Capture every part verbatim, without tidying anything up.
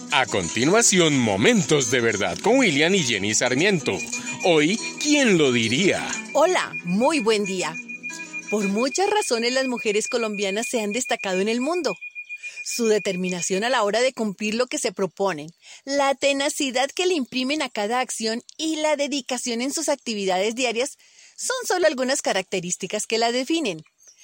A continuación, Momentos de Verdad con William y Jenny Sarmiento. Hoy, ¿quién lo diría? Hola, muy buen día. Por muchas razones las mujeres colombianas se han destacado en el mundo. Su determinación a la hora de cumplir lo que se proponen, la tenacidad que le imprimen a cada acción y la dedicación en sus actividades diarias son solo algunas características que la definen.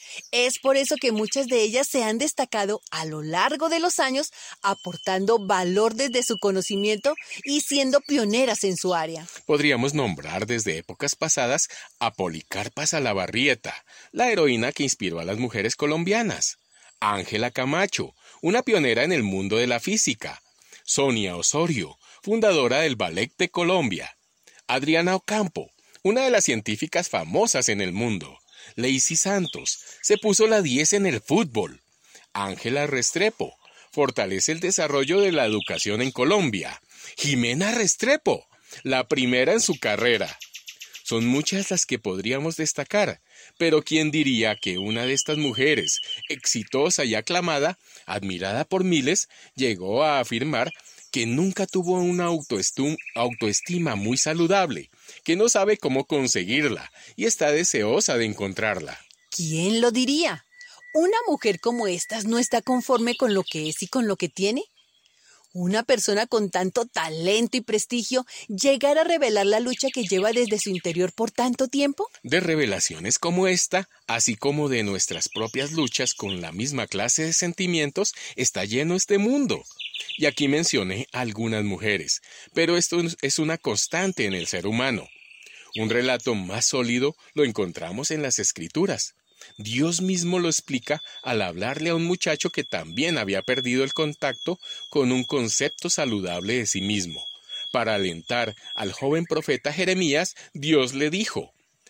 Es por eso que muchas de ellas se han destacado a lo largo de los años, aportando valor desde su conocimiento y siendo pioneras en su área. Podríamos nombrar desde épocas pasadas a Policarpa Salabarrieta, la heroína que inspiró a las mujeres colombianas; Ángela Camacho, una pionera en el mundo de la física; Sonia Osorio, fundadora del Ballet de Colombia; Adriana Ocampo, una de las científicas famosas en el mundo; Lacey Santos, se puso la diez en el fútbol; Ángela Restrepo, fortalece el desarrollo de la educación en Colombia; Jimena Restrepo, la primera en su carrera. Son muchas las que podríamos destacar, pero ¿quién diría que una de estas mujeres, exitosa y aclamada, admirada por miles, llegó a afirmar que nunca tuvo una autoestima, autoestima muy saludable, que no sabe cómo conseguirla y está deseosa de encontrarla? ¿Quién lo diría? ¿Una mujer como estas no está conforme con lo que es y con lo que tiene? ¿Una persona con tanto talento y prestigio llegar a revelar la lucha que lleva desde su interior por tanto tiempo? De revelaciones como esta, así como de nuestras propias luchas con la misma clase de sentimientos, está lleno este mundo. Y aquí mencioné algunas mujeres, pero esto es una constante en el ser humano. Un relato más sólido lo encontramos en las Escrituras. Dios mismo lo explica al hablarle a un muchacho que también había perdido el contacto con un concepto saludable de sí mismo. Para alentar al joven profeta Jeremías, Dios le dijo: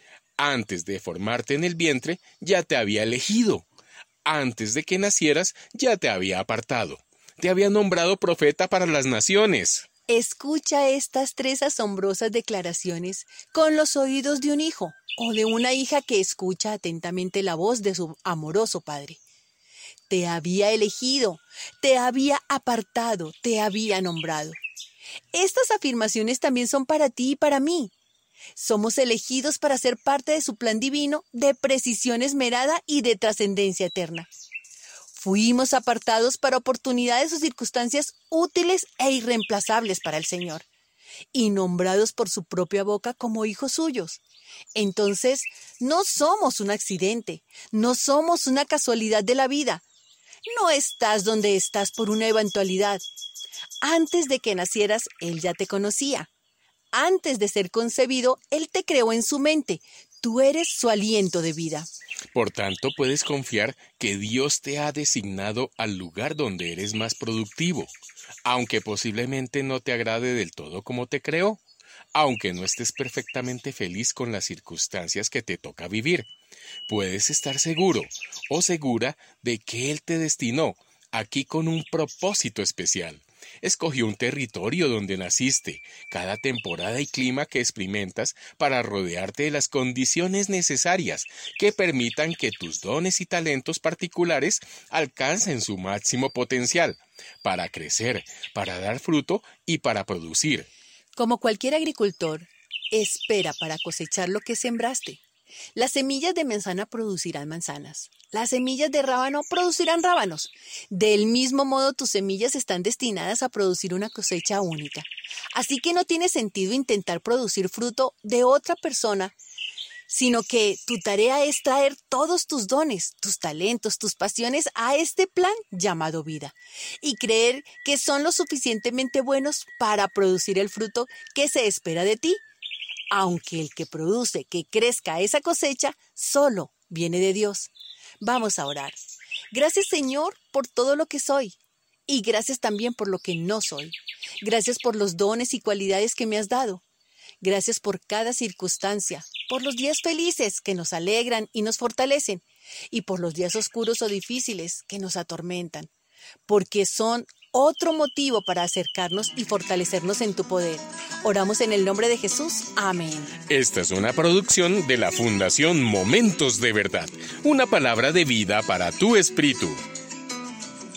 antes de formarte en el vientre, ya te había elegido. Antes de que nacieras, ya te había apartado. Te había nombrado profeta para las naciones. Escucha estas tres asombrosas declaraciones con los oídos de un hijo o de una hija que escucha atentamente la voz de su amoroso padre. Te había elegido, te había apartado, te había nombrado. Estas afirmaciones también son para ti y para mí. Somos elegidos para ser parte de su plan divino de precisión esmerada y de trascendencia eterna. Fuimos apartados para oportunidades o circunstancias útiles e irreemplazables para el Señor, y nombrados por su propia boca como hijos suyos. Entonces, no somos un accidente, no somos una casualidad de la vida. No estás donde estás por una eventualidad. Antes de que nacieras, Él ya te conocía. Antes de ser concebido, Él te creó en su mente. Tú eres su aliento de vida. Por tanto, puedes confiar que Dios te ha designado al lugar donde eres más productivo, aunque posiblemente no te agrade del todo como te creó, aunque no estés perfectamente feliz con las circunstancias que te toca vivir. Puedes estar seguro o segura de que Él te destinó aquí con un propósito especial. Escogió un territorio donde naciste, cada temporada y clima que experimentas para rodearte de las condiciones necesarias que permitan que tus dones y talentos particulares alcancen su máximo potencial, para crecer, para dar fruto y para producir. Como cualquier agricultor, espera para cosechar lo que sembraste. Las semillas de manzana producirán manzanas. Las semillas de rábano producirán rábanos. Del mismo modo, tus semillas están destinadas a producir una cosecha única. Así que no tiene sentido intentar producir fruto de otra persona, sino que tu tarea es traer todos tus dones, tus talentos, tus pasiones a este plan llamado vida y creer que son lo suficientemente buenos para producir el fruto que se espera de ti. Aunque el que produce que crezca esa cosecha solo viene de Dios. Vamos a orar. Gracias, Señor, por todo lo que soy. Y gracias también por lo que no soy. Gracias por los dones y cualidades que me has dado. Gracias por cada circunstancia, por los días felices que nos alegran y nos fortalecen, y por los días oscuros o difíciles que nos atormentan, porque son otro motivo para acercarnos y fortalecernos en tu poder. Oramos en el nombre de Jesús. Amén. Esta es una producción de la Fundación Momentos de Verdad, una palabra de vida para tu espíritu.